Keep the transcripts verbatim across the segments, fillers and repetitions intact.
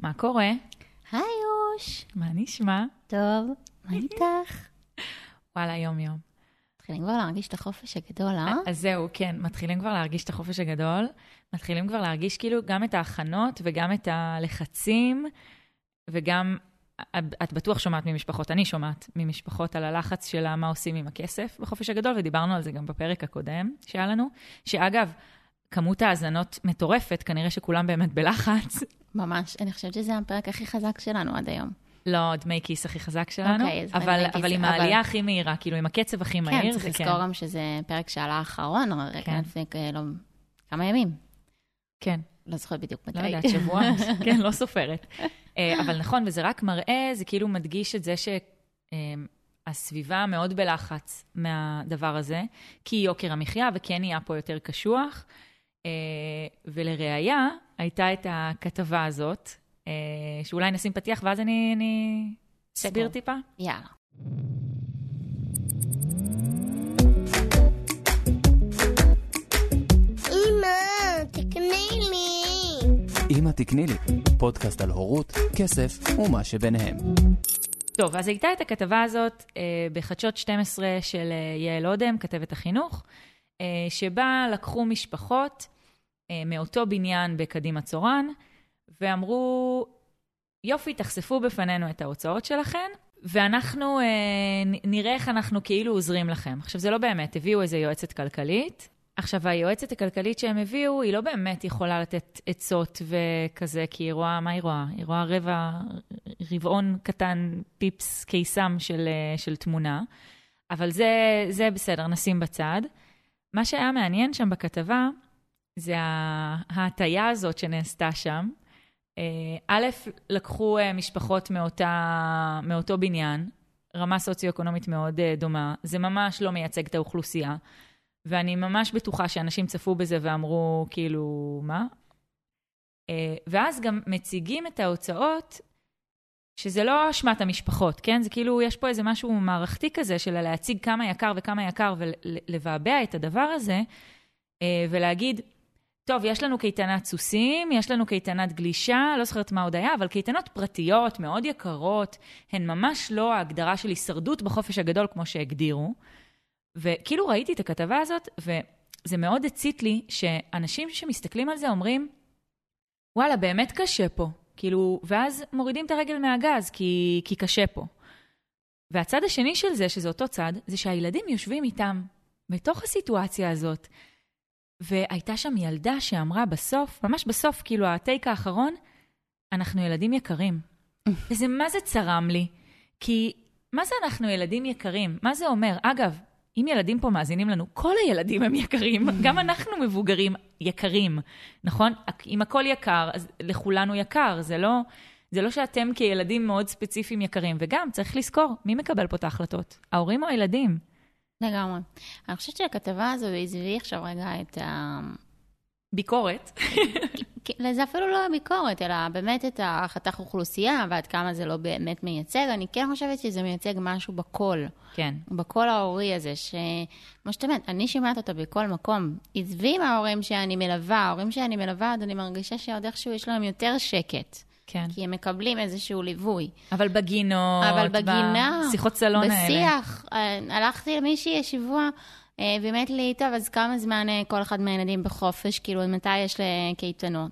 מה קורה? היי אוש. מה נשמע? טוב, מה איתך? וואלה, יום יום. מתחילים כבר להרגיש את החופש הגדול, אה? אז זהו, כן, מתחילים כבר להרגיש את החופש הגדול, מתחילים כבר להרגיש כאילו גם את ההכנות וגם את הלחצים, וגם, את בטוח שומעת ממשפחות, אני שומעת ממשפחות על הלחץ שלה מה עושים עם הכסף בחופש הגדול, ודיברנו על זה גם בפרק הקודם שהיה לנו, שאגב, כמות האזנות מטורפת, כנראה שכולם באמת בלחץ. ממש, אני חושבת שזה הפרק הכי חזק שלנו עד היום. לא, דמי כיס הכי חזק שלנו, אוקיי, אבל, דמי כיס, אבל עם אבל... העלייה הכי מהירה, כאילו עם הקצב הכי מהיר. כן, צריך לזכור גם שזה פרק שעלה האחרון, כן. לפני לא, כמה ימים. כן. לא זוכרת בדיוק מתי. לא יודעת, שבוע, כן, לא סופרת. אבל נכון, וזה רק מראה, זה כאילו מדגיש את זה שהסביבה מאוד בלחץ מהדבר הזה, כי יוקר המחיה וכן נהיה פה יותר קשוח, ולראיה הייתה את הכתבה הזאת, שאולי נשים פתיח, ואז אני, אני אסביר טיפה. יאללה. אמא, תקני לי. אמא, תקני לי. פודקאסט על הורות, כסף ומה שביניהם. טוב, אז הייתה את הכתבה הזאת בחדשות שתים עשרה של יעל אודם, כתבת החינוך, שבה לקחו משפחות מאותו בניין בקדימה צורן, ואמרו, יופי, תחשפו בפנינו את ההוצאות שלכם, ואנחנו אה, נראה איך אנחנו כאילו עוזרים לכם. עכשיו, זה לא באמת, הביאו איזו יועצת כלכלית. עכשיו, היועצת הכלכלית שהם הביאו, היא לא באמת יכולה לתת עצות וכזה, כי היא רואה, מה היא רואה? היא רואה רבע, רבעון קטן, פיפס, קיסם של, של תמונה. אבל זה, זה בסדר, נשים בצד. מה שהיה מעניין שם בכתבה, זה ההטיה הזאת שנעשתה שם. א', לקחו משפחות מאותה, מאותו בניין, רמה סוציו-אקונומית מאוד דומה, זה ממש לא מייצג את האוכלוסייה, ואני ממש בטוחה שאנשים צפו בזה ואמרו, כאילו, מה? ואז גם מציגים את ההוצאות, שזה לא אשמת המשפחות, כן? זה כאילו, יש פה איזה משהו מערכתי כזה, של להציג כמה יקר וכמה יקר, ולבעבע את הדבר הזה, ולהגיד, טוב, יש לנו קייטנת סוסים, יש לנו קייטנת גלישה, לא זוכרת מה עוד היה, אבל קייטנות פרטיות מאוד יקרות, הן ממש לא ההגדרה של הישרדות בחופש הגדול כמו שהגדירו. וכאילו ראיתי את הכתבה הזאת, וזה מאוד הצית לי שאנשים שמסתכלים על זה אומרים, וואלה, באמת קשה פה. כאילו, ואז מורידים את הרגל מהגז, כי, כי קשה פה. והצד השני של זה, שזה אותו צד, זה שהילדים יושבים איתם בתוך הסיטואציה הזאת, והייתה שם ילדה שאמרה בסוף, ממש בסוף, כאילו הטייק האחרון, אנחנו ילדים יקרים. וזה, מה זה צרם לי? כי, מה זה אנחנו ילדים יקרים? מה זה אומר? אגב, אם ילדים פה מאזינים לנו, כל הילדים הם יקרים, גם אנחנו מבוגרים יקרים, נכון? אם הכל יקר, אז לכולנו יקר, זה לא, זה לא שאתם כילדים מאוד ספציפיים יקרים, וגם צריך לזכור, מי מקבל פה את ההחלטות? ההורים או הילדים? לגמרי. אני חושבת שהכתבה הזו, עזבי עכשיו רגע את ה... ביקורת. זה אפילו לא הביקורת, אלא באמת את החתך אוכלוסייה, ועד כמה זה לא באמת מייצג. אני כן חושבת שזה מייצג משהו בקול. כן. בקול ההורי הזה, שמה שאתה אומרת, אני שומעת אותו בכל מקום. עזבי מההורים שאני מלווה, ההורים שאני מלווה, אז אני מרגישה שעוד איכשהו יש להם יותר שקט. כן. כי הם מקבלים איזשהו ליווי. אבל בגינות, אבל בגינה, בשיחות סלון האלה. בשיח, הלכתי למישהי שבוע, ואמת לי, טוב, אז כמה זמן כל אחד מהילדים בחופש, כאילו, מתי יש לקייטנות?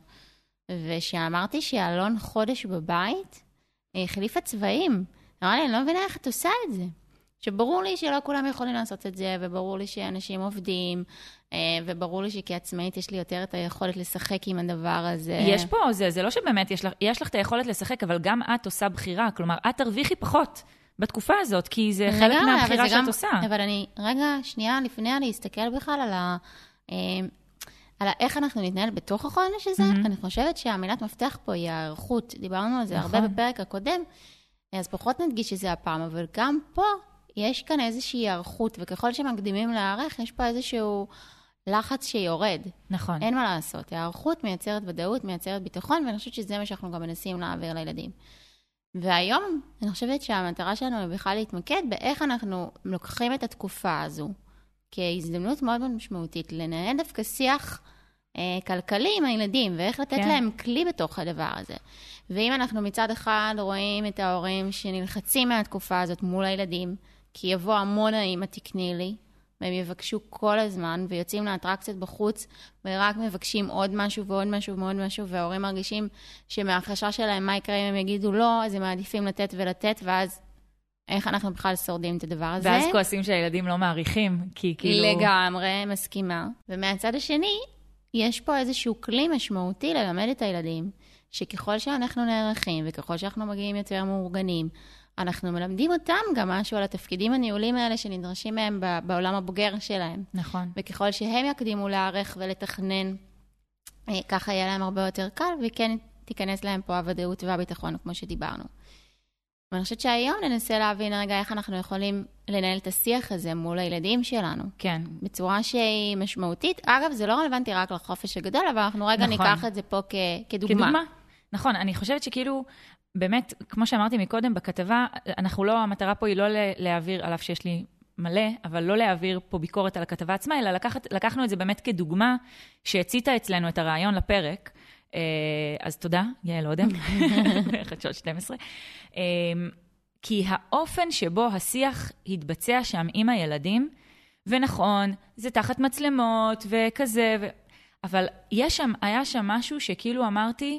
ושאמרתי שאלון חודש בבית, חליפה צבעים. אמרה לי, אני לא מבינה איך את עושה את זה. שברור לי שלא כולם יכולים לעשות את זה, וברור לי שאנשים עובדים, וברור לי שכעצמאית יש לי יותר את היכולת לשחק עם הדבר הזה. יש פה, זה, זה לא שבאמת יש לך, יש לך את היכולת לשחק, אבל גם את עושה בחירה, כלומר, את תרוויחי פחות בתקופה הזאת, כי זה חלק מהבחירה שאת עושה. אבל אני, רגע, שנייה, לפני להסתכל בכלל על ה... על איך אנחנו נתנהל בתוך החודש הזה, אני חושבת שהמילת מפתח פה היא הערכות. דיברנו על זה הרבה בפרק הקודם, אז פחות נדגיש שזה הפעם, אבל גם פה יש כאן איזושהי הערכות, וככל שמקדימים להערך, יש פה איזשהו לחץ שיורד. נכון. אין מה לעשות. הערכות מייצרת ודאות, מייצרת ביטחון, ואני חושבת שזה מה שאנחנו גם מנסים להעביר לילדים. והיום אני חושבת שהמטרה שלנו היא בכלל להתמקד באיך אנחנו לוקחים את התקופה הזו, כהזדמנות מאוד מאוד משמעותית, לנהל דווקא שיח כלכלי עם הילדים, ואיך לתת כן. להם כלי בתוך הדבר הזה. ואם אנחנו מצד אחד רואים את ההורים שנלחצים מהתקופה הזאת מול הילדים, כי יבוא המון האמא תקני לי, והם יבקשו כל הזמן, ויוצאים לאטרקציות בחוץ, ורק מבקשים עוד משהו ועוד משהו ועוד משהו, וההורים מרגישים שמהחשש שלהם מה יקרה אם הם יגידו לא, אז הם מעדיפים לתת ולתת, ואז איך אנחנו בכלל שורדים את הדבר הזה? ואז כועסים שהילדים לא מעריכים, כי כאילו... לגמרי, מסכימה. ומהצד השני, יש פה איזשהו כלי משמעותי ללמד את הילדים, שככל שאנחנו נערכים, וככל שאנחנו מגיעים יותר מאורגנים, אנחנו מלמדים אותם גם משהו על התפקידים הניהולים האלה שנדרשים מהם בעולם הבוגר שלהם. נכון. וככל שהם יקדימו לערך ולתכנן, ככה יהיה להם הרבה יותר קל, וכן תיכנס להם פה הוודאות והביטחון, כמו שדיברנו. ואני חושבת שהיום ננסה להבין רגע איך אנחנו יכולים לנהל את השיח הזה מול הילדים שלנו. כן. בצורה שהיא משמעותית. אגב, זה לא רלוונטי רק לחופש הגדול, אבל אנחנו רגע נכון. ניקח את זה פה כ- כדוגמה. כדוגמה. נכון, אני חושבת שכאילו, באמת, כמו שאמרתי מקודם, בכתבה, אנחנו לא, המטרה פה היא לא להעביר, על אף שיש לי מלא, אבל לא להעביר פה ביקורת על הכתבה עצמה, אלא לקחת, לקחנו את זה באמת כדוגמה שהציתה אצלנו את הרעיון לפרק. אז תודה, יעל אודם, חדשות שתים עשרה. כי האופן שבו השיח התבצע שם עם הילדים, ונכון, זה תחת מצלמות וכזה, ו... אבל יש שם, היה שם משהו שכאילו אמרתי,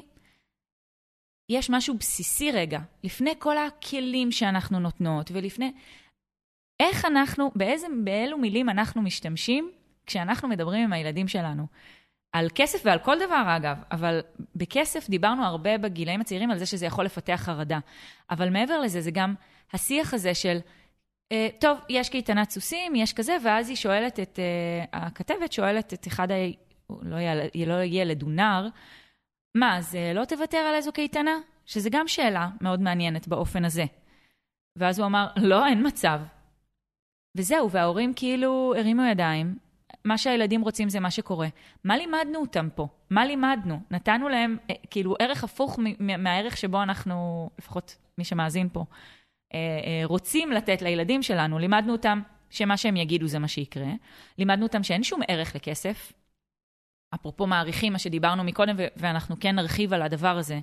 יש משהו בסיסי רגע, לפני כל הכלים שאנחנו נותנות, ולפני, איך אנחנו, באיזה, באילו מילים אנחנו משתמשים, כשאנחנו מדברים עם הילדים שלנו. על כסף ועל כל דבר אגב, אבל בכסף דיברנו הרבה בגילאים הצעירים על זה שזה יכול לפתח חרדה. אבל מעבר לזה, זה גם השיח הזה של, אה, טוב, יש קייטנת סוסים, יש כזה, ואז היא שואלת את, אה, הכתבת שואלת את אחד, ה... לא, ילד, לא ילד, הוא נער, מה, אז לא תוותר על איזו קייטנה? שזה גם שאלה מאוד מעניינת באופן הזה. ואז הוא אמר, לא, אין מצב. וזהו, וההורים כאילו הרימו ידיים, מה שהילדים רוצים זה מה שקורה. מה לימדנו אותם פה? מה לימדנו? נתנו להם כאילו ערך הפוך מהערך שבו אנחנו, לפחות מי שמאזין פה, רוצים לתת לילדים שלנו. לימדנו אותם שמה שהם יגידו זה מה שיקרה. לימדנו אותם שאין שום ערך לכסף. אפרופו מעריכים מה שדיברנו מקודם, ואנחנו כן נרחיב על הדבר הזה.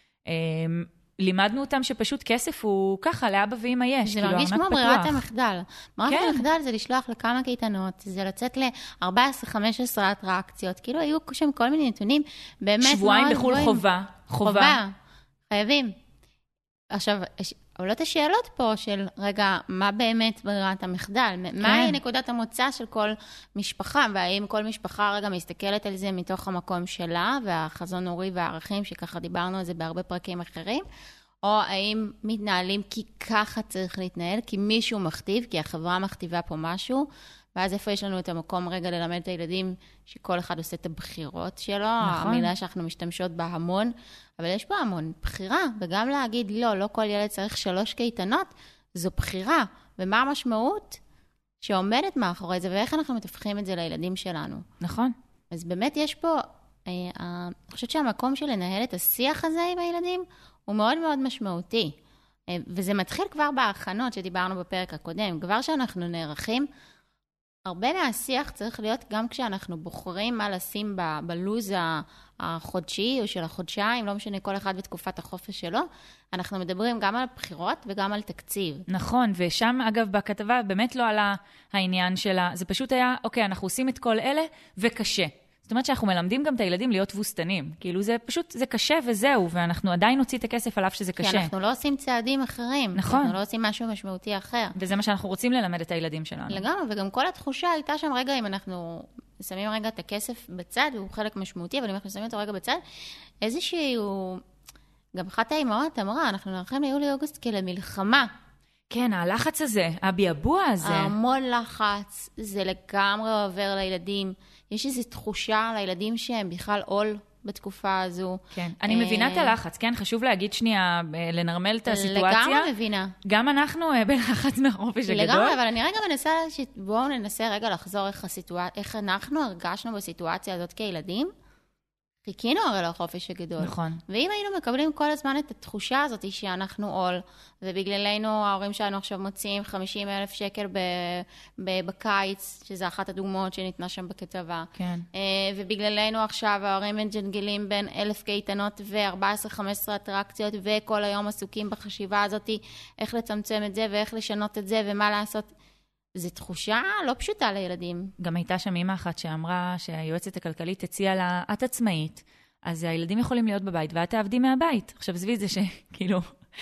לימדנו אותם שפשוט כסף הוא ככה, לאבא ואמא יש. זה מרגיש כמו ברירת המחדל. ברירת המחדל זה לשלוח לכמה קייטנות, זה לצאת ל-ארבע עשרה חמש עשרה אטרקציות, כאילו היו שם כל מיני נתונים, באמת מאוד גבוהים. שבועיים בחול חובה. חובה. חייבים. עכשיו, עולות השאלות פה של, רגע, מה באמת ברירת המחדל? מהי נקודת המוצא של כל משפחה? והאם כל משפחה רגע מסתכלת על זה מתוך המקום שלה, והחזון הורי והערכים, שככה דיברנו על זה בהרבה פרקים אחרים, או האם מתנהלים כי ככה צריך להתנהל, כי מישהו מכתיב, כי החברה מכתיבה פה משהו, ואז איפה יש לנו את המקום רגע ללמד את הילדים שכל אחד עושה את הבחירות שלו, נכון. המילה שאנחנו משתמשות בה המון, אבל יש פה המון בחירה, וגם להגיד לא, לא כל ילד צריך שלוש קייטנות, זו בחירה, ומה המשמעות שעומדת מאחורי זה, ואיך אנחנו מתפחים את זה לילדים שלנו. נכון. אז באמת יש פה, אני חושבת שהמקום של לנהל את השיח הזה עם הילדים, הוא מאוד מאוד משמעותי, וזה מתחיל כבר בהכנות שדיברנו בפרק הקודם, כבר שאנחנו נערכים, הרבה מהשיח צריך להיות גם כשאנחנו בוחרים מה לשים ב- בלוז החודשי או של החודשיים, לא משנה כל אחד בתקופת החופש שלו, אנחנו מדברים גם על בחירות וגם על תקציב. נכון, ושם אגב בכתבה באמת לא עלה העניין שלה, זה פשוט היה, אוקיי, אנחנו עושים את כל אלה וקשה. זאת אומרת שאנחנו מלמדים גם את הילדים להיות תבוסתנים. כאילו זה פשוט, זה קשה וזהו, ואנחנו עדיין נוציא את הכסף עליו שזה קשה. כי אנחנו לא עושים צעדים אחרים. נכון. אנחנו לא עושים משהו משמעותי אחר. וזה מה שאנחנו רוצים ללמד את הילדים שלנו. לגמרי, וגם כל התחושה הייתה שם רגע, אם אנחנו שמים רגע את הכסף בצד, הוא חלק משמעותי, אבל אם אנחנו שמים אותו רגע בצד, איזשהו, גם אחת האימהות אמרה, אנחנו נערכים ליולי-אוגוסט כלמלחמה. כן, הלחץ הזה, הביאבוע הזה. המון לחץ, זה לגמרי עובר לילדים. יש איזו תחושה לילדים שהם בכלל עול בתקופה הזו. כן, אני מבינה את הלחץ, כן? חשוב להגיד שנייה, לנרמל את הסיטואציה. לגמרי מבינה. גם אנחנו בלחץ מהחופש הגדול. לגמרי, אבל אני רגע מנסה, בואו ננסה רגע לחזור איך הסיטואציה, איך אנחנו הרגשנו בסיטואציה הזאת כילדים. חיכינו הרי לחופש הגדול. נכון. ואם היינו מקבלים כל הזמן את התחושה הזאת שאנחנו עול, ובגללנו ההורים שלנו עכשיו מוציאים חמישים אלף שקל ב- ב- בקיץ, שזה אחת הדוגמאות שניתנה שם בכתבה. כן. ובגללנו עכשיו ההורים מג'נגלים בין אלף קייטנות ו-ארבע עשרה חמש עשרה אטרקציות, וכל היום עסוקים בחשיבה הזאת, איך לצמצם את זה ואיך לשנות את זה ומה לעשות. זו תחושה לא פשוטה לילדים. גם הייתה שם אמא אחת שאמרה שהיועצת הכלכלית הציעה לה, את עצמאית, אז הילדים יכולים להיות בבית ואת תעבדי מהבית. עכשיו עזבי את זה שכאילו,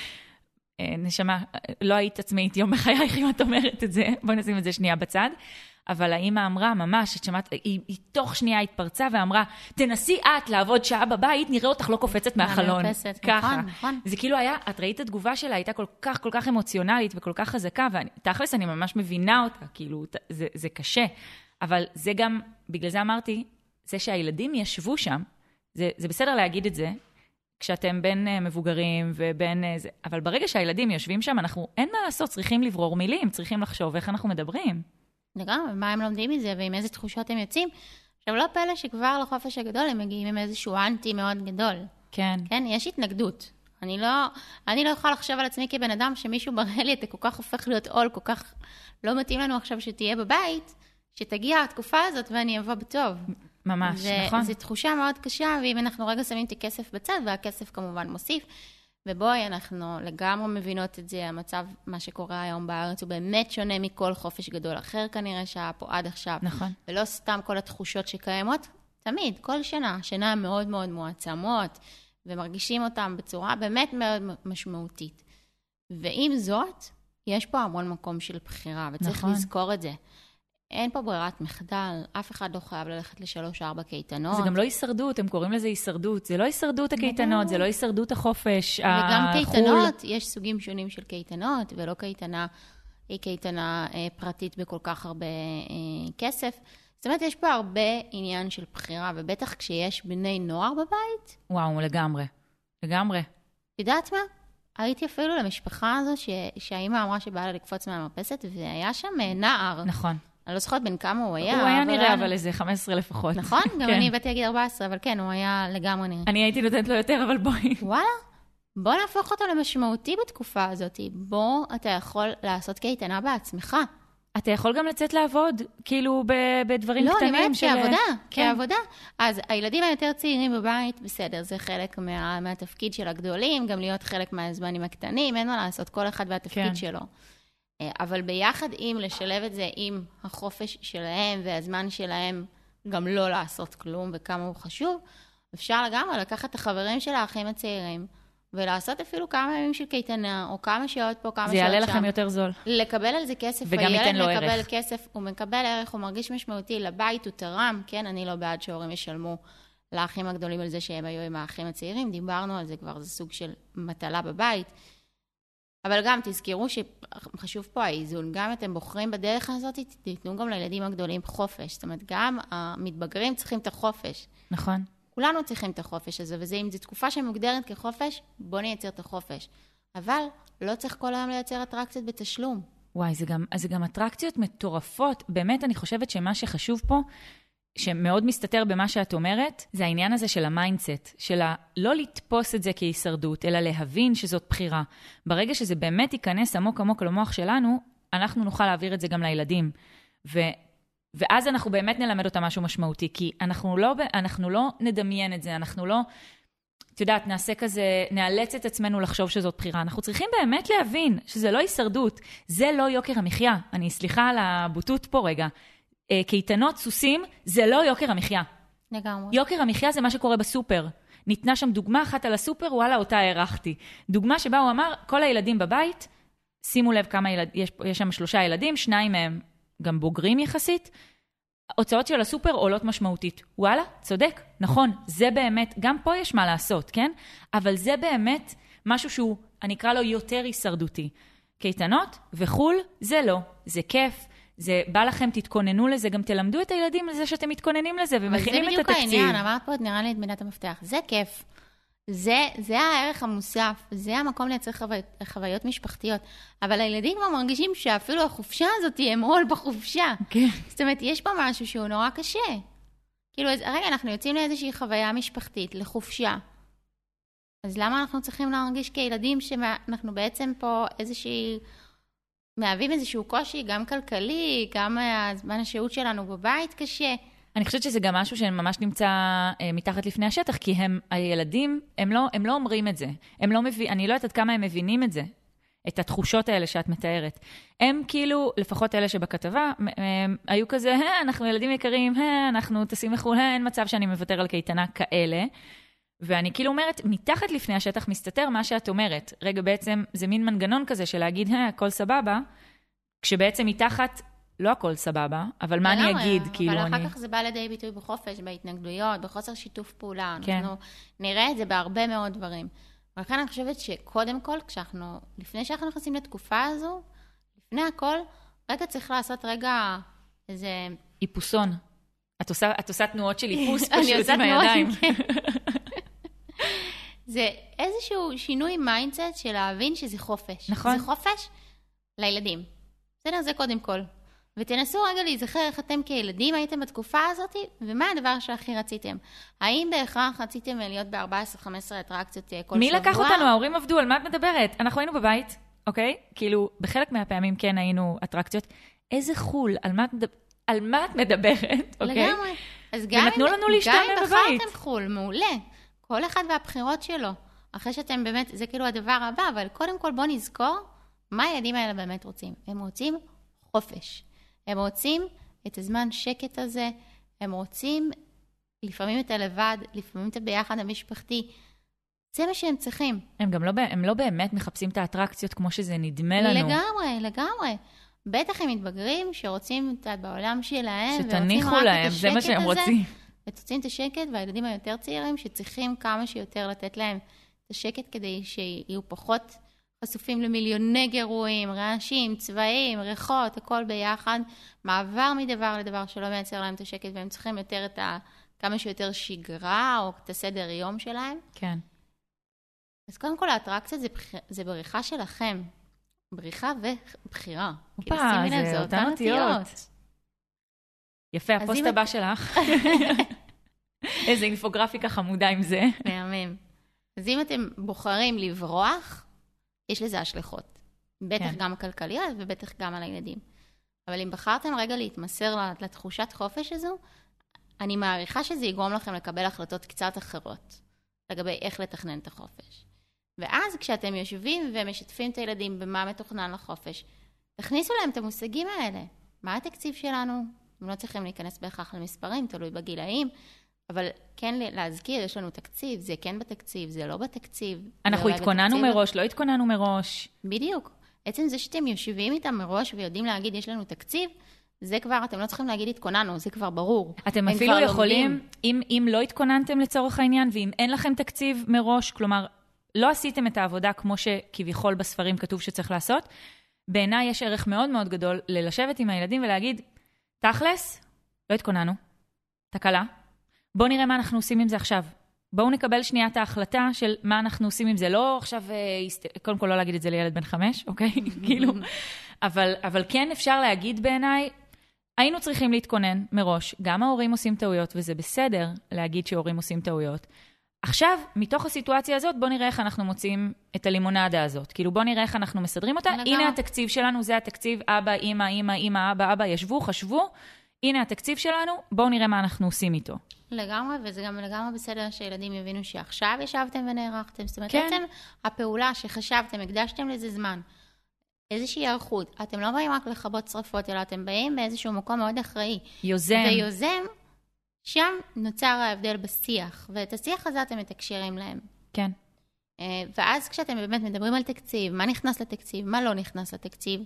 נשמה, לא היית עצמאית יום בחייך אם את אומרת את זה, בוא נשים את זה שנייה בצד. אבל האמא אמרה ממש, את שמעת, היא, היא תוך שנייה התפרצה ואמרה, תנסי את לעבוד שעה בבית, נראה אותך לא קופצת מהחלון. מהמרפסת, ככה. נכון, נכון. זה כאילו היה, את ראית את התגובה שלה, הייתה כל כך, כל כך אמוציונלית וכל כך חזקה, ותכלס אני ממש מבינה אותה, כאילו, זה, זה קשה. אבל זה גם, בגלל זה אמרתי, זה שהילדים ישבו שם, זה, זה בסדר להגיד את זה, כשאתם בין מבוגרים ובין זה, אבל ברגע שהילדים יושבים שם, אנחנו, אין מה לעשות, צריכים לברור מילים, צריכים לחשוב איך אנחנו מדברים. לגמרי, מה הם לומדים מזה ועם איזה תחושות הם יוצאים. עכשיו, לא פלא שכבר לחופש הגדול הם מגיעים עם איזשהו אנטי מאוד גדול. כן. כן, יש התנגדות. אני לא, אני לא יכולה לחשוב על עצמי כבן אדם שמישהו מראה לי, אתה כל כך הופך להיות עול, כל כך לא מתאים לנו עכשיו שתהיה בבית, שתגיע התקופה הזאת ואני אבוא בטוב. ממש, זה, נכון. זו תחושה מאוד קשה, ואם אנחנו רגע שמים את הכסף בצד, והכסף כמובן מוסיף, ובואי, אנחנו לגמרי מבינות את זה, המצב, מה שקורה היום בארץ, הוא באמת שונה מכל חופש גדול אחר כנראה שהיה פה עד עכשיו. נכון. ולא סתם כל התחושות שקיימות, תמיד, כל שנה, שנה מאוד מאוד מועצמות, ומרגישים אותם בצורה באמת מאוד משמעותית. ועם זאת, יש פה המון מקום של בחירה, וצריך נכון. לזכור את זה. אין פה ברירת מחדל, אף אחד לא חייב ללכת לשלוש ארבע קייטנות. זה גם לא הישרדות, הם קוראים לזה הישרדות. זה לא הישרדות הקייטנות, זה לא הישרדות החופש, החול. וגם קייטנות, יש סוגים שונים של קייטנות, ולא קייטנה, היא קייטנה אה, פרטית בכל כך הרבה אה, כסף. זאת אומרת, יש פה הרבה עניין של בחירה, ובטח כשיש בני נוער בבית. וואו, לגמרי. לגמרי. יודעת מה? הייתי אפילו למשפחה הזו, ש... שהאימא אמרה שבאה לה לקפוץ מהמרפסת, והיה שם נער. נכון. אני לא זוכרת בין כמה הוא היה. הוא היה נראה, אבל איזה חמש עשרה לפחות. נכון? גם אני הבאתי להגיד ארבע עשרה, אבל כן, הוא היה לגמרי נראה. אני הייתי נותנת לו יותר, אבל בואי. וואלה, בוא נהפוך אותו למשמעותי בתקופה הזאת. בוא, אתה יכול לעשות קייטנה בעצמך. אתה יכול גם לצאת לעבוד, כאילו בדברים קטנים. לא, אני אומרת כעבודה, כעבודה. אז הילדים היותר צעירים בבית, בסדר, זה חלק מהתפקיד של הגדולים, גם להיות חלק מהזמנים הקטנים, אין מה לעשות, כל אחד והתפקיד שלו. אבל ביחד עם לשלב את זה עם החופש שלהם והזמן שלהם גם לא לעשות כלום וכמה הוא חשוב, אפשר לגמרי לקחת את החברים של האחים הצעירים ולעשות אפילו כמה ימים של קייטנה או כמה שעות פה, כמה שעות שם. זה יעלה לכם יותר זול. לקבל על זה כסף. וגם ייתן לו ערך. מקבל כסף, הוא מקבל ערך, הוא מרגיש משמעותי לבית, הוא תרם, כן, אני לא בעד שההורים ישלמו לאחים הגדולים על זה שהם היו עם האחים הצעירים, דיברנו על זה כבר, זה סוג של מטלה בבית. אבל גם תזכרו שחשוב פה האיזון, גם אתם בוחרים בדרך הזאת, תיתנו גם לילדים הגדולים חופש. זאת אומרת, גם המתבגרים צריכים את החופש. נכון. כולנו צריכים את החופש הזה, וזה אם זו תקופה שמוגדרת כחופש, בוא נייצר את החופש. אבל לא צריך כל היום לייצר אטרקציות בתשלום. וואי, זה גם, זה גם אטרקציות מטורפות. באמת, אני חושבת שמה שחשוב פה, שמאוד מסתתר במה שאת אומרת, זה העניין הזה של המיינדסט, של לא לתפוס את זה כהישרדות, אלא להבין שזאת בחירה. ברגע שזה באמת ייכנס עמוק עמוק למוח שלנו, אנחנו נוכל להעביר את זה גם לילדים. ו, ואז אנחנו באמת נלמד אותם משהו משמעותי, כי אנחנו לא, אנחנו לא נדמיין את זה, אנחנו לא, את יודעת, נעשה כזה, נאלץ את עצמנו לחשוב שזאת בחירה. אנחנו צריכים באמת להבין שזה לא הישרדות, זה לא יוקר המחיה. אני סליחה על הבוטות פה רגע. קייטנות, סוסים, זה לא יוקר המחיה. לגמרי. יוקר המחיה זה מה שקורה בסופר. ניתנה שם דוגמה אחת על הסופר, וואלה, אותה הערכתי. דוגמה שבה הוא אמר, כל הילדים בבית, שימו לב כמה ילדים, יש, יש שם שלושה ילדים, שניים מהם גם בוגרים יחסית, הוצאות של הסופר עולות משמעותית. וואלה, צודק, נכון, זה באמת, גם פה יש מה לעשות, כן? אבל זה באמת משהו שהוא, אני אקרא לו יותר הישרדותי. קייטנות וחול, זה לא, זה כיף, זה בא לכם, תתכוננו לזה, גם תלמדו את הילדים לזה שאתם מתכוננים לזה, ומכינים את התקציב. אבל זה בדיוק העניין, אמרת פה, נראה לי את מידת המפתח. זה כיף. זה, זה הערך המוסף, זה המקום לייצר חוויות, חוויות משפחתיות. אבל הילדים כבר מרגישים שאפילו החופשה הזאת הם עול בחופשה. כן. זאת אומרת, יש פה משהו שהוא נורא קשה. כאילו, אז רגע, אנחנו יוצאים לאיזושהי חוויה משפחתית, לחופשה. אז למה אנחנו צריכים להרגיש כילדים שאנחנו בעצם פה איזושהי, מהווים איזשהו קושי, גם כלכלי, גם הזמן השהות שלנו בבית קשה. אני חושבת שזה גם משהו שממש נמצא אה, מתחת לפני השטח, כי הם, הילדים, הם לא, הם לא אומרים את זה. הם לא מבין, אני לא יודעת עד כמה הם מבינים את זה, את התחושות האלה שאת מתארת. הם כאילו, לפחות אלה שבכתבה, הם, הם, היו כזה, אנחנו ילדים יקרים, אנחנו טסים מחו"ל, אין מצב שאני מוותר על קייטנה כאלה. ואני כאילו אומרת, מתחת לפני השטח מסתתר מה שאת אומרת. רגע, בעצם זה מין מנגנון כזה של להגיד, הכל סבבה, כשבעצם מתחת לא הכל סבבה, אבל מה אני אגיד? אבל אחר כך זה בא לידי ביטוי בחופש, בהתנגדויות, בחוסר שיתוף פעולה. אנחנו נראה את זה בהרבה מאוד דברים. ולכן אני חושבת שקודם כל, כשאנחנו, לפני שאנחנו נכנסים לתקופה הזו, לפני הכל, רגע צריך לעשות רגע איזה... איפוסון. את עושה, את עושה תנועות של איפוס פשוט עם הידיים. זה איזשהו שינוי מיינדסט של להבין שזה חופש. נכון. זה חופש לילדים. בסדר, זה קודם כל. ותנסו רגע להיזכר איך אתם כילדים הייתם בתקופה הזאת, ומה הדבר שהכי רציתם. האם בהכרח רציתם להיות ב-ארבע עשרה חמש עשרה אטרקציות כל מי שבוע? מי לקח אותנו? ההורים עבדו, על מה את מדברת? אנחנו היינו בבית, אוקיי? כאילו, בחלק מהפעמים כן היינו אטרקציות. איזה חול, על מה את מדברת? על מה את מדברת, אוקיי? לגמרי. אז גם ונתנו לנו להשתמם בבית. גם אם בחרתם חול, מעולה. כל אחד והבחירות שלו. אחרי שאתם באמת, זה כאילו הדבר הבא, אבל קודם כל בוא נזכור מה הילדים האלה באמת רוצים. הם רוצים חופש. הם רוצים את הזמן שקט הזה, הם רוצים לפעמים את הלבד, לפעמים את הביחד המשפחתי. זה מה שהם צריכים. הם גם לא, הם לא באמת מחפשים את האטרקציות כמו שזה נדמה לנו. לגמרי, לגמרי. בטח הם מתבגרים שרוצים את בעולם שלהם, שתניחו להם, זה מה שהם רוצים. ורוצים את השקט, והילדים היותר צעירים שצריכים כמה שיותר לתת להם את השקט כדי שיהיו פחות חשופים למיליוני גירויים, רעשים, צבעים, ריחות, הכל ביחד, מעבר מדבר לדבר שלא מייצר להם את השקט, והם צריכים יותר את ה... כמה שיותר שגרה, או את הסדר יום שלהם. כן. אז קודם כל, האטרקציה זה, בח... זה בריחה שלכם. בריחה ובחירה. אופה, זה, זה אותן אותיות. יפה, הפוסט הבא את... שלך. איזה אינפוגרפיקה חמודה עם זה. מהמם. אז אם אתם בוחרים לברוח, יש לזה השלכות. בטח כן. גם כלכליות ובטח גם על הילדים. אבל אם בחרתם רגע להתמסר לתחושת חופש הזו, אני מעריכה שזה יגרום לכם לקבל החלטות קצת אחרות, לגבי איך לתכנן את החופש. ואז כשאתם יושבים ומשתפים את הילדים במה מתוכנן לחופש, תכניסו להם את המושגים האלה. מה התקציב שלנו? הם לא צריכים להיכנס בהכרח למספרים, תלוי בגילאים, אבל כן להזכיר, יש לנו תקציב, זה כן בתקציב, זה לא בתקציב. אנחנו התכוננו מראש, לא התכוננו מראש. בדיוק. עצם זה שאתם יושבים איתם מראש ויודעים להגיד, יש לנו תקציב, זה כבר, אתם לא צריכים להגיד התכוננו, זה כבר ברור. אתם אפילו יכולים, אם, אם לא התכוננתם לצורך העניין, ואם אין לכם תקציב מראש, כלומר, לא עשיתם את העבודה כמו שכביכול בספרים כתוב שצריך לעשות, בעיניי יש ערך מאוד מאוד גדול ללשבת עם הילדים ולהגיד, תכלס, לא התכוננו, תקלה, בואו נראה מה אנחנו עושים עם זה עכשיו. בואו נקבל שנייה את ההחלטה של מה אנחנו עושים עם זה. לא עכשיו, קודם כל לא להגיד את זה לילד בן חמש, אוקיי? כאילו, אבל, אבל כן אפשר להגיד בעיניי, היינו צריכים להתכונן מראש. גם ההורים עושים טעויות, וזה בסדר להגיד שההורים עושים טעויות. עכשיו, מתוך הסיטואציה הזאת, בואו נראה איך אנחנו מוצאים את הלימונדה הזאת. כאילו, בואו נראה איך אנחנו מסדרים אותה. הנה התקציב שלנו, זה התקציב, אבא, אמא, אמא, אמא, אבא, אבא, ישבו, חשבו. הנה התקציב שלנו, בואו נראה מה אנחנו עושים איתו. לגמרי, וזה גם לגמרי בסדר שילדים יבינו שעכשיו ישבתם ונערכתם. זאת אומרת, כן. בעצם הפעולה שחשבתם, הקדשתם לזה זמן, איזושהי ערכות. אתם לא באים רק לחבות שרפות, אלא אתם באים באיזשהו מקום מאוד אחראי. יוזם. ויוזם, שם נוצר ההבדל בשיח, ואת השיח הזה אתם מתקשרים להם. כן. ואז כשאתם באמת מדברים על תקציב, מה נכנס לתקציב, מה לא נכנס לתקציב,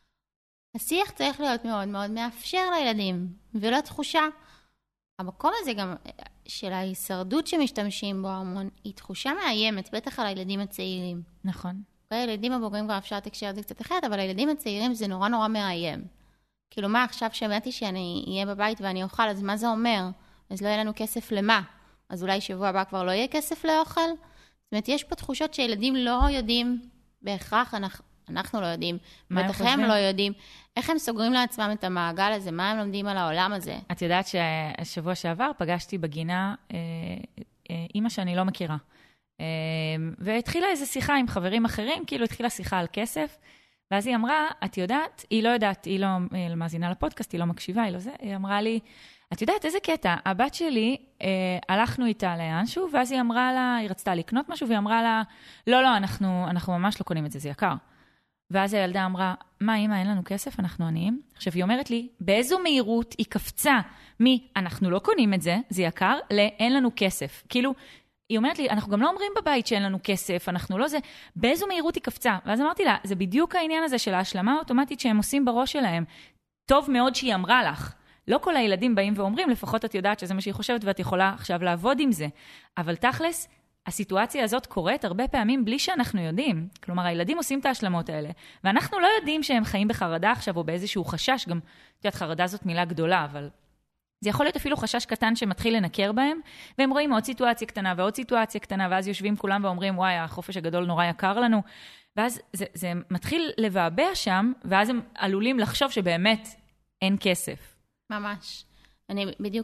השיח צריך להיות מאוד מאוד מאפשר לילדים, ולא תחושה. המקום הזה גם של ההישרדות שמשתמשים בו המון, היא תחושה מאיימת, בטח על הילדים הצעירים. נכון. הילדים הבוגרים כבר אפשר לתקשר את זה קצת אחרת, אבל הילדים הצעירים זה נורא נורא מאיים. כאילו מה עכשיו שמעתי שאני אהיה בבית ואני אוכל, אז מה זה אומר? אז לא יהיה לנו כסף למה? אז אולי שבוע הבא כבר לא יהיה כסף לאוכל? זאת אומרת, יש פה תחושות שילדים לא יודעים בהכרח, אנחנו, אנחנו לא יודעים, מה הם בטח הם חושבים? לא יודעים. איך הם סוגרים לעצמם את המעגל הזה? מה הם לומדים על העולם הזה? את יודעת שהשבוע שעבר פגשתי בגינה אה, אה, אימא שאני לא מכירה. אה, והתחילה איזו שיחה עם חברים אחרים, כאילו התחילה שיחה על כסף, ואז היא אמרה, את יודעת, היא לא יודעת, היא לא אה, מאזינה לפודקאסט, היא לא מקשיבה, היא לא זה, היא אמרה לי, את יודעת איזה קטע, הבת שלי, אה, הלכנו איתה לאנשהו, ואז היא אמרה לה, היא רצתה לקנות משהו, והיא אמרה לה, לא, לא, אנחנו, אנחנו ממש לא קונים את זה, זה יקר. ואז הילדה אמרה, מה, אמא, אין לנו כסף, אנחנו עניים? עכשיו, היא אומרת לי, באיזו מהירות היא קפצה מי, אנחנו לא קונים את זה, זה יקר, לאין לנו כסף. כאילו, היא אומרת לי, אנחנו גם לא אומרים בבית שאין לנו כסף, אנחנו לא זה, באיזו מהירות היא קפצה. ואז אמרתי לה, זה בדיוק העניין הזה של ההשלמה האוטומטית שהם עושים בראש שלהם. טוב מאוד שהיא אמרה לך. לא כל הילדים באים ואומרים, לפחות את יודעת שזה מה שהיא חושבת, ואת יכולה עכשיו לעבוד עם זה. אבל תכלס, הסיטואציה הזאת קורית הרבה פעמים בלי שאנחנו יודעים. כלומר, הילדים עושים את ההשלמות האלה, ואנחנו לא יודעים שהם חיים בחרדה עכשיו, או באיזשהו חשש, גם, את יודעת, חרדה זאת מילה גדולה, אבל זה יכול להיות אפילו חשש קטן שמתחיל לנקר בהם, והם רואים עוד סיטואציה קטנה ועוד סיטואציה קטנה, ואז יושבים כולם ואומרים, וואי, החופש הגדול נורא יקר לנו, ואז זה, זה מתחיל לבעבע שם, ואז הם עלולים לחשוב שבאמת אין כסף. ממש. אני בדיוק,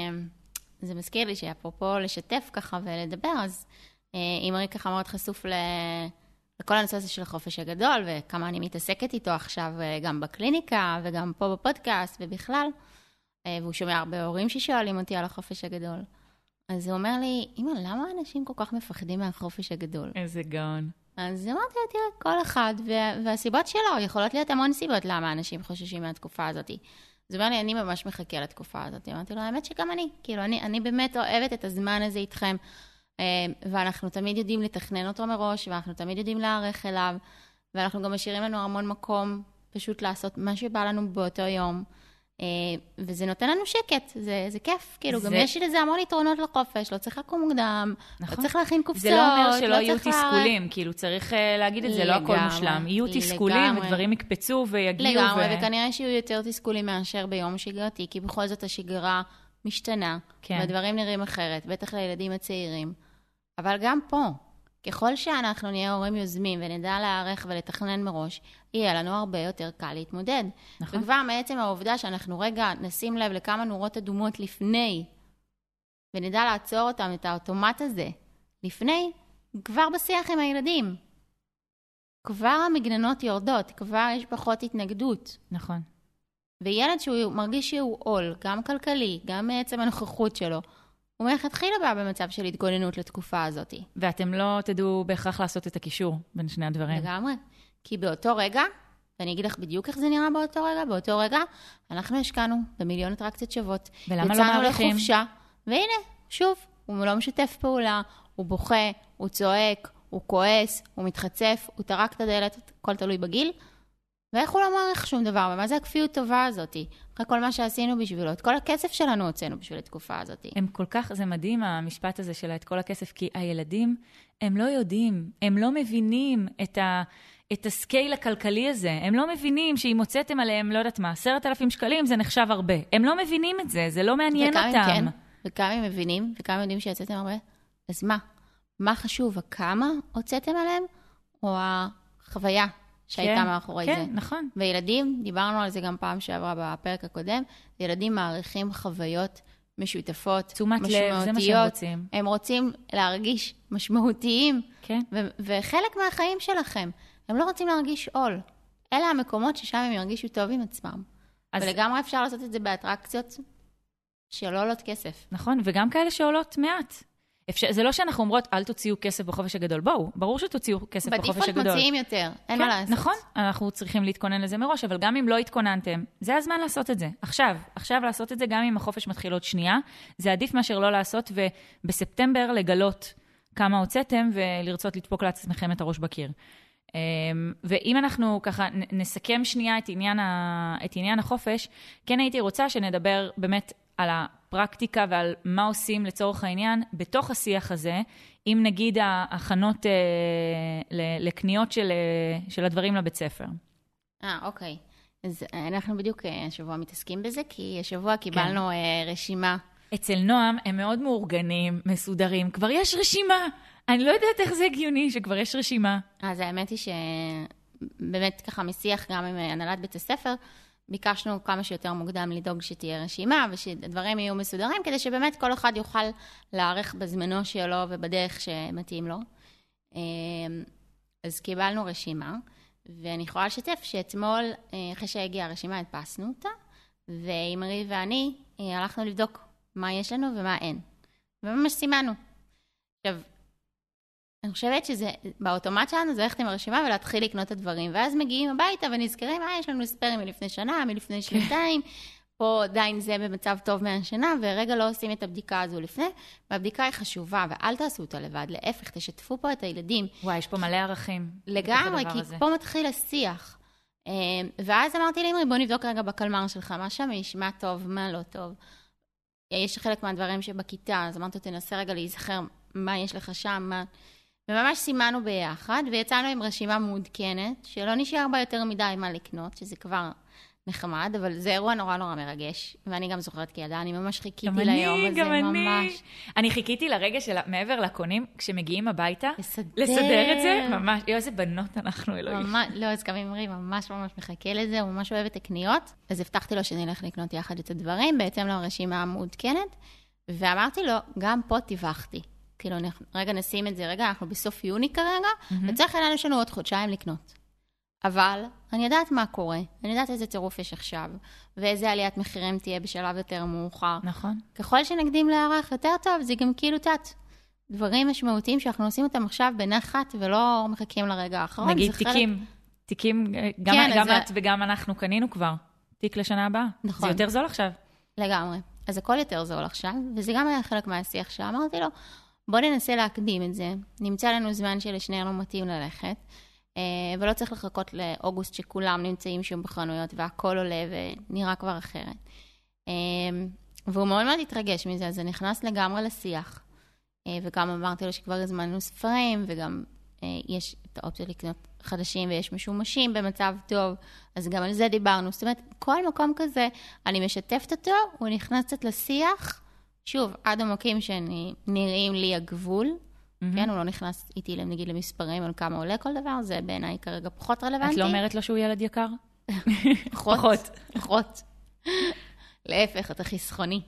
זה מזכיר לי שאפרופו לשתף ככה ולדבר, אז אמרי ככה מאוד חשוף לכל הנושא הזה של החופש הגדול, וכמה אני מתעסקת איתו עכשיו גם בקליניקה, וגם פה בפודקאסט ובכלל, והוא שומע הרבה הורים ששואלים אותי על החופש הגדול. אז הוא אומר לי, אמא, למה אנשים כל כך מפחדים מהחופש הגדול? איזה גאון. אז אמרתי לה, תראה, כל אחד, והסיבות שלו, יכולות להיות המון סיבות למה אנשים חוששים מהתקופה הזאת. אז הוא אומר לי, אני ממש מחכה לתקופה הזאת. אמרתי לו, האמת שגם אני, כאילו, אני, אני באמת אוהבת את הזמן הזה איתכם, ואנחנו תמיד יודעים לתכנן אותו מראש, ואנחנו תמיד יודעים להערך אליו, ואנחנו גם משאירים לנו המון מקום פשוט לעשות מה שבא לנו באותו יום, וזה נותן לנו שקט, זה, זה כיף, כאילו, זה... גם יש לזה המון יתרונות לחופש, לא צריך לקום מוקדם, נכון. לא צריך להכין קופסאות, זה לא אומר שלא לא יהיו תסכולים, להרק... כאילו, צריך להגיד את זה, לא הכל מושלם, יהיו תסכולים, ודברים יקפצו ויגיעו. לגמרי, ו... וכנראה שיהיו יותר תסכולים מאשר ביום שגרתי, כי בכל זאת השגרה משתנה, כן. והדברים נראים אחרת, בטח לילדים הצעירים, אבל גם פה, ככל שאנחנו נהיה הורים יוזמים ונדע להערך ולתכנן מראש, יהיה לנו הרבה יותר קל להתמודד. נכון. וכבר מעצם העובדה שאנחנו רגע נשים לב לכמה נורות אדומות לפני, ונדע לעצור אותם, את האוטומט הזה, לפני, כבר בשיח עם הילדים. כבר המגננות יורדות, כבר יש פחות התנגדות. נכון. וילד שהוא מרגיש שהוא עול, גם כלכלי, גם מעצם הנוכחות שלו, הוא מלכתחילה בא במצב של התגוננות לתקופה הזאת. ואתם לא תדעו בהכרח לעשות את הקישור בין שני הדברים. לגמרי. כי באותו רגע, ואני אגיד לך בדיוק איך זה נראה באותו רגע, באותו רגע אנחנו השקענו במיליון אטרקציות שוות. ולמה לא מעריכים? יצאנו לחופשה, והנה, שוב, הוא לא משתף פעולה, הוא בוכה, הוא צועק, הוא כועס, הוא מתחצף, הוא טרק את הדלת, הכל תלוי בגיל, ואיך הוא לא מעריך שום דבר, ומה זה הכפיות טובה הזאת? אחרי כל מה שעשינו בשבילו, את כל הכסף שלנו הוצאנו בשביל התקופה הזאת. הם כל כך, זה מדהים המשפט הזה של את כל הכסף, כי הילדים, הם לא יודעים, הם לא מבינים את ה... את הסקייל הכלכלי הזה. הם לא מבינים שאם הוצאתם עליהם, לא יודעת מה, עשרת אלפים שקלים, זה נחשב הרבה. הם לא מבינים את זה, זה לא מעניין אותם. כן, וכמה הם מבינים, וכמה יודעים שיצאתם הרבה, אז מה? מה חשוב, הכמה הוצאתם עליהם, או החוויה שהייתה מאחורי זה? כן, נכון. וילדים, דיברנו על זה גם פעם שעברה בפרק הקודם, ילדים מעריכים חוויות משותפות, תשומת לב, זה מה שהם רוצים. הם רוצים להרגיש משמעותיים, כן. ו- וחלק מהחיים שלכם. הם לא רוצים להרגיש עול. אלה המקומות ששם הם ירגישו טוב עם עצמם. אז... ולגמרי אפשר לעשות את זה באטרקציות שלא עולות כסף. נכון, וגם כאלה שעולות מעט. אפשר... זה לא שאנחנו אומרות, אל תוציאו כסף בחופש הגדול. בואו, ברור שתוציאו כסף בחופש הגדול. בדיפולט מוציאים יותר, אין כן, מה לעשות. נכון, אנחנו צריכים להתכונן לזה מראש, אבל גם אם לא התכוננתם, זה הזמן לעשות את זה. עכשיו, עכשיו לעשות את זה, גם אם החופש מתחיל עוד שנייה, זה עדיף מאשר לא לעשות, ובספטמבר לגלות כמה הוצאתם, ולרצות לדפוק לעצמכם את הראש בקיר. ואם אנחנו ככה נסכם שנייה את עניין, ה... את עניין החופש, כן הייתי רוצה שנדבר באמת על הפרקטיקה ועל מה עושים לצורך העניין בתוך השיח הזה, אם נגיד ההכנות אה, לקניות של, של הדברים לבית ספר. אה, אוקיי. אז אנחנו בדיוק השבוע מתעסקים בזה, כי השבוע קיבלנו כן. רשימה. אצל נועם הם מאוד מאורגנים, מסודרים, כבר יש רשימה. אני לא יודעת איך זה הגיוני שכבר יש רשימה. אז האמת היא באמת ככה משיח גם עם הנהלת בית הספר, ביקשנו כמה שיותר מוקדם לדאוג שתהיה רשימה, ושדברים יהיו מסודרים, כדי שבאמת כל אחד יוכל להערך בזמנו שלו ובדרך שמתאים לו. אז קיבלנו רשימה, ואני יכולה לשתף שאתמול, אחרי שהגיעה הרשימה, הדפסנו אותה, ואימרי ואני הלכנו לבדוק מה יש לנו ומה אין. וממש סימנו. עכשיו, אני חושבת שזה, באוטומט שלנו זה ללכת עם הרשימה ולהתחיל לקנות את הדברים, ואז מגיעים הביתה ונזכרים, אה, יש לנו ספרים מלפני שנה, מלפני שנתיים, פה עדיין זה במצב טוב מהשנה, ורגע לא עושים את הבדיקה הזו לפני, והבדיקה היא חשובה, ואל תעשו אותה לבד, להפך, תשתפו פה את הילדים. וואי, יש פה מלא ערכים. לגמרי, כי הזה. פה מתחיל השיח. ואז אמרתי לאמרי, בוא נבדוק רגע בקלמר שלך, מה שם ישמע טוב, מה לא טוב. יש חלק מהדברים שבכיתה, אז אמרתי, תנסה רגע להיזכר מה יש לך שם, מה... וממש סימנו ביחד, ויצאנו עם רשימה מעודכנת, שלא נשאר בה יותר מדי מה לקנות, שזה כבר נחמד, אבל זה אירוע נורא נורא מרגש, ואני גם זוכרת כילדה, אני ממש חיכיתי גם ליום אני, הזה, גם ממש. אני. אני חיכיתי לרגע של מעבר לקונים, כשמגיעים הביתה, לסדר. לסדר את זה, ממש, איזה בנות אנחנו, אלוהים. ממש, לא, אז גם אמרי ממש ממש מחכה לזה, הוא ממש אוהב את הקניות, אז הבטחתי לו שנלך לקנות יחד את הדברים, בהתאם לרשימה המעודכנת, ואמרתי לו, גם פה טיווחתי. כאילו, רגע נשים את זה, רגע, אנחנו בסוף יוני כרגע, mm-hmm. וצריך לנו לנו עוד חודשיים לקנות. אבל אני יודעת מה קורה, אני יודעת איזה טירוף יש עכשיו, ואיזה עליית מחירים תהיה בשלב יותר מאוחר. נכון. ככל שנקדים להערך יותר טוב, זה גם כאילו תת. דברים משמעותיים שאנחנו עושים אותם עכשיו בנחת, ולא מחכים לרגע האחרון. נגיד תיקים, חלק... תיקים, גם, כן, גם את זה... וגם אנחנו קנינו כבר, תיק לשנה הבאה. נכון. זה יותר זול עכשיו. לגמרי. אז הכל יותר זול עכשיו, וזה גם היה חלק מהשיח שאמרתי לו, בוא ננסה להקדים את זה. נמצא לנו זמן שלשנינו מתאים ללכת, ולא צריך לחכות לאוגוסט שכולם נמצאים שם בחנויות, והכל עולה ונראה כבר אחרת. והוא מאוד מאוד התרגש מזה, אז זה נכנס לגמרי לשיח. וגם אמרתי לו שכבר הזמנו ספרים, וגם יש את האופציות לקנות חדשים, ויש משומשים במצב טוב, אז גם על זה דיברנו. זאת אומרת, כל מקום כזה, אני משתפת אותו, הוא נכנס קצת לשיח, שוב, עד עמוקים שנראים לי הגבול, mm-hmm. כן, הוא לא נכנס איתי, נגיד, למספרים על כמה עולה כל דבר, זה בעיניי כרגע פחות רלוונטי. את לא אומרת לו שהוא ילד יקר? פחות. פחות. פחות. להפך, אתה חסכוני.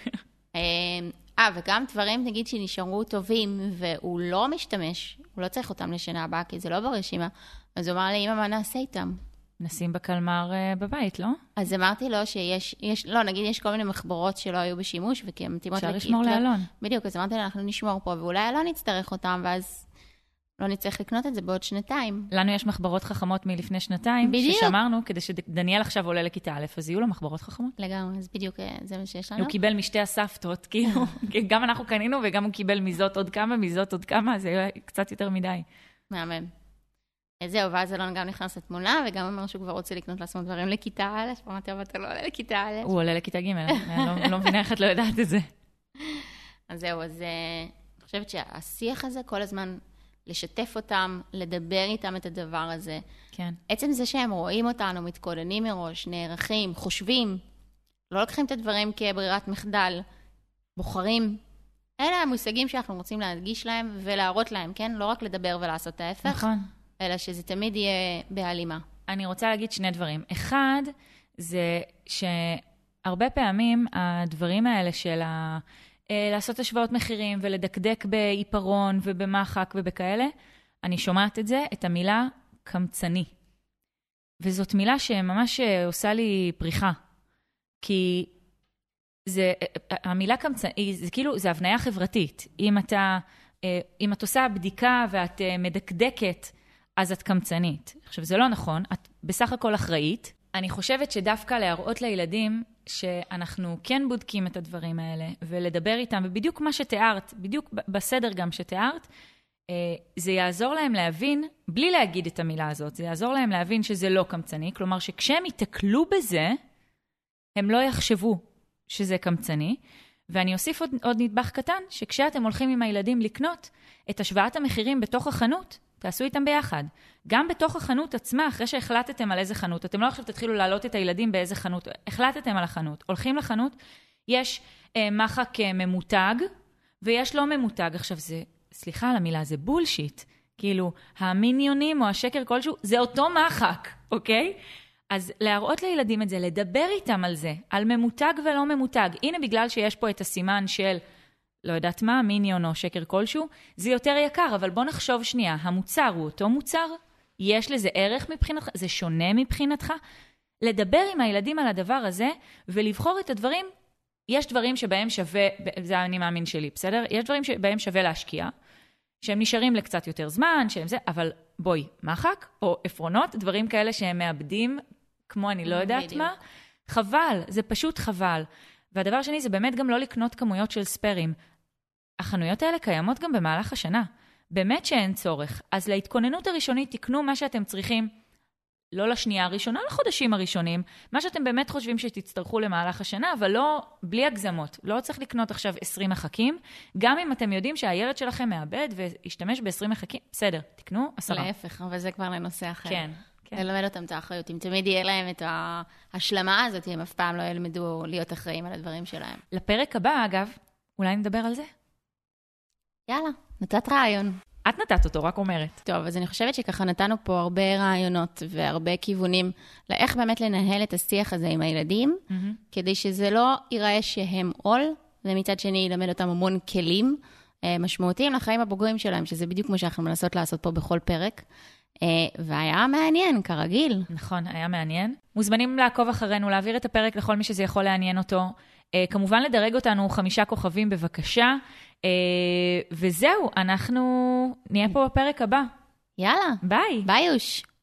אה, וגם דברים, נגיד, שנשארו טובים, והוא לא משתמש, הוא לא צריך אותם לשנה הבאה, כי זה לא ברשימה, אז הוא אמר לי, אמא, מה נעשה איתם? נשים בקלמר uh, בבית, לא? אז אמרתי לו שיש, יש, לא, נגיד יש כל מיני מחברות שלא היו בשימוש, וכי הן מתאימות אפשר לשמור לאלון. בדיוק, אז אמרתי לו, אנחנו נשמור פה, ואולי לא נצטרך אותם, ואז לא נצטרך לקנות את זה בעוד שנתיים. לנו יש מחברות חכמות מלפני שנתיים, בדיוק. ששמרנו, כדי שדניאל עכשיו עולה לכיתה א', אז יהיו לו מחברות חכמות. לגמרי, אז בדיוק זה מה שיש לנו. הוא קיבל משתי הסבתות, כאילו, גם אנחנו קנינו, וגם הוא קיבל מזאת עוד כמה, מזאת עוד כמה, זה היה קצת יותר מדי. מהמם. זהו, ואז אלון גם נכנס לתמונה, וגם אומר שהוא כבר רוצה לקנות לעצמו דברים לכיתה א', אמרתי, אבל אתה לא עולה לכיתה א'. הוא עולה לכיתה ג', אני לא מבינה איך את לא יודעת את זה. אז זהו, אז אני חושבת שהשיח הזה כל הזמן לשתף אותם, לדבר איתם את הדבר הזה. כן. עצם זה שהם רואים אותנו, מתכוננים מראש, נערכים, חושבים, לא לוקחים את הדברים כברירת מחדל, בוחרים. אלה המושגים שאנחנו רוצים להדגיש להם ולהראות להם, כן? לא רק לדבר ולעשות את ההפך. נכון. אלא שזה תמיד יהיה בהלימה. אני רוצה להגיד שני דברים. אחד, זה שהרבה פעמים הדברים האלה של ה... לעשות השוואות מחירים ולדקדק בעיפרון ובמחק ובכאלה, אני שומעת את זה, את המילה קמצני. וזאת מילה שממש עושה לי פריחה. כי זה, המילה קמצני, זה כאילו, זה הבניה חברתית. אם אתה, אם את עושה בדיקה ואת מדקדקת, אז את קמצנית. עכשיו, זה לא נכון, את בסך הכל אחראית. אני חושבת שדווקא להראות לילדים שאנחנו כן בודקים את הדברים האלה, ולדבר איתם, ובדיוק מה שתיארת, בדיוק בסדר גם שתיארת, זה יעזור להם להבין, בלי להגיד את המילה הזאת, זה יעזור להם להבין שזה לא קמצני, כלומר שכשהם יתקלו בזה, הם לא יחשבו שזה קמצני, ואני אוסיף עוד, עוד נדבך קטן, שכשאתם הולכים עם הילדים לקנות את השוואת המחירים בתוך החנות, תעשו איתם ביחד. גם בתוך החנות עצמה, אחרי שהחלטתם על איזה חנות, אתם לא עכשיו תתחילו להעלות את הילדים באיזה חנות, החלטתם על החנות, הולכים לחנות, יש אה, מחק אה, ממותג, ויש לא ממותג. עכשיו זה, סליחה על המילה, זה בולשיט, כאילו, המיניונים או השקר כלשהו, זה אותו מחק, אוקיי? אז להראות לילדים את זה, לדבר איתם על זה, על ממותג ולא ממותג. הנה בגלל שיש פה את הסימן של, לא יודעת מה, מיניון או שקר כלשהו, זה יותר יקר, אבל בוא נחשוב שנייה, המוצר הוא אותו מוצר? יש לזה ערך מבחינתך? זה שונה מבחינתך? לדבר עם הילדים על הדבר הזה, ולבחור את הדברים, יש דברים שבהם שווה, זה אני מאמין שלי, בסדר? יש דברים שבהם שווה להשקיע, שהם נשארים לקצת יותר זמן, שהם זה, אבל בואי, מחק או אפרונות, דברים כאלה שהם מאבדים, כמו אני לא יודעת בדיוק. מה, חבל, זה פשוט חבל. והדבר שני זה באמת גם לא לקנות כמויות של ספרים. החנויות האלה קיימות גם במהלך השנה. באמת שאין צורך. אז להתכוננות הראשונית תקנו מה שאתם צריכים, לא לשנייה הראשונה, לחודשים הראשונים, מה שאתם באמת חושבים שתצטרכו למהלך השנה, אבל לא, בלי הגזמות. לא צריך לקנות עכשיו עשרים מחקים, גם אם אתם יודעים שהילד שלכם מאבד וישתמש ב-עשרים מחקים, בסדר, תקנו עשרה. להפך, אבל זה כבר לנושא אחר. כן. כן. ללמד אותם את האחריות. אם תמיד יהיה להם את ההשלמה הזאת, הם אף פעם לא ילמדו להיות אחראים על הדברים שלהם. לפרק הבא, אגב, אולי נדבר על זה. יאללה, נתת רעיון. את נתת אותו, רק אומרת. טוב, אז אני חושבת שככה נתנו פה הרבה רעיונות והרבה כיוונים לאיך באמת לנהל את השיח הזה עם הילדים, mm-hmm. כדי שזה לא ייראה שהם עול, ומצד שני ילמד אותם המון כלים משמעותיים לחיים הבוגרים שלהם, שזה בדיוק כמו שאנחנו מנסות לעשות פה בכל פרק. והיה מעניין, כרגיל. נכון, היה מעניין. מוזמנים לעקוב אחרינו, להעביר את הפרק לכל מי שזה יכול לעניין אותו. כמובן לדרג אותנו חמישה כוכבים בבקשה. וזהו, אנחנו נהיה פה בפרק הבא. יאללה. ביי. ביי יוש.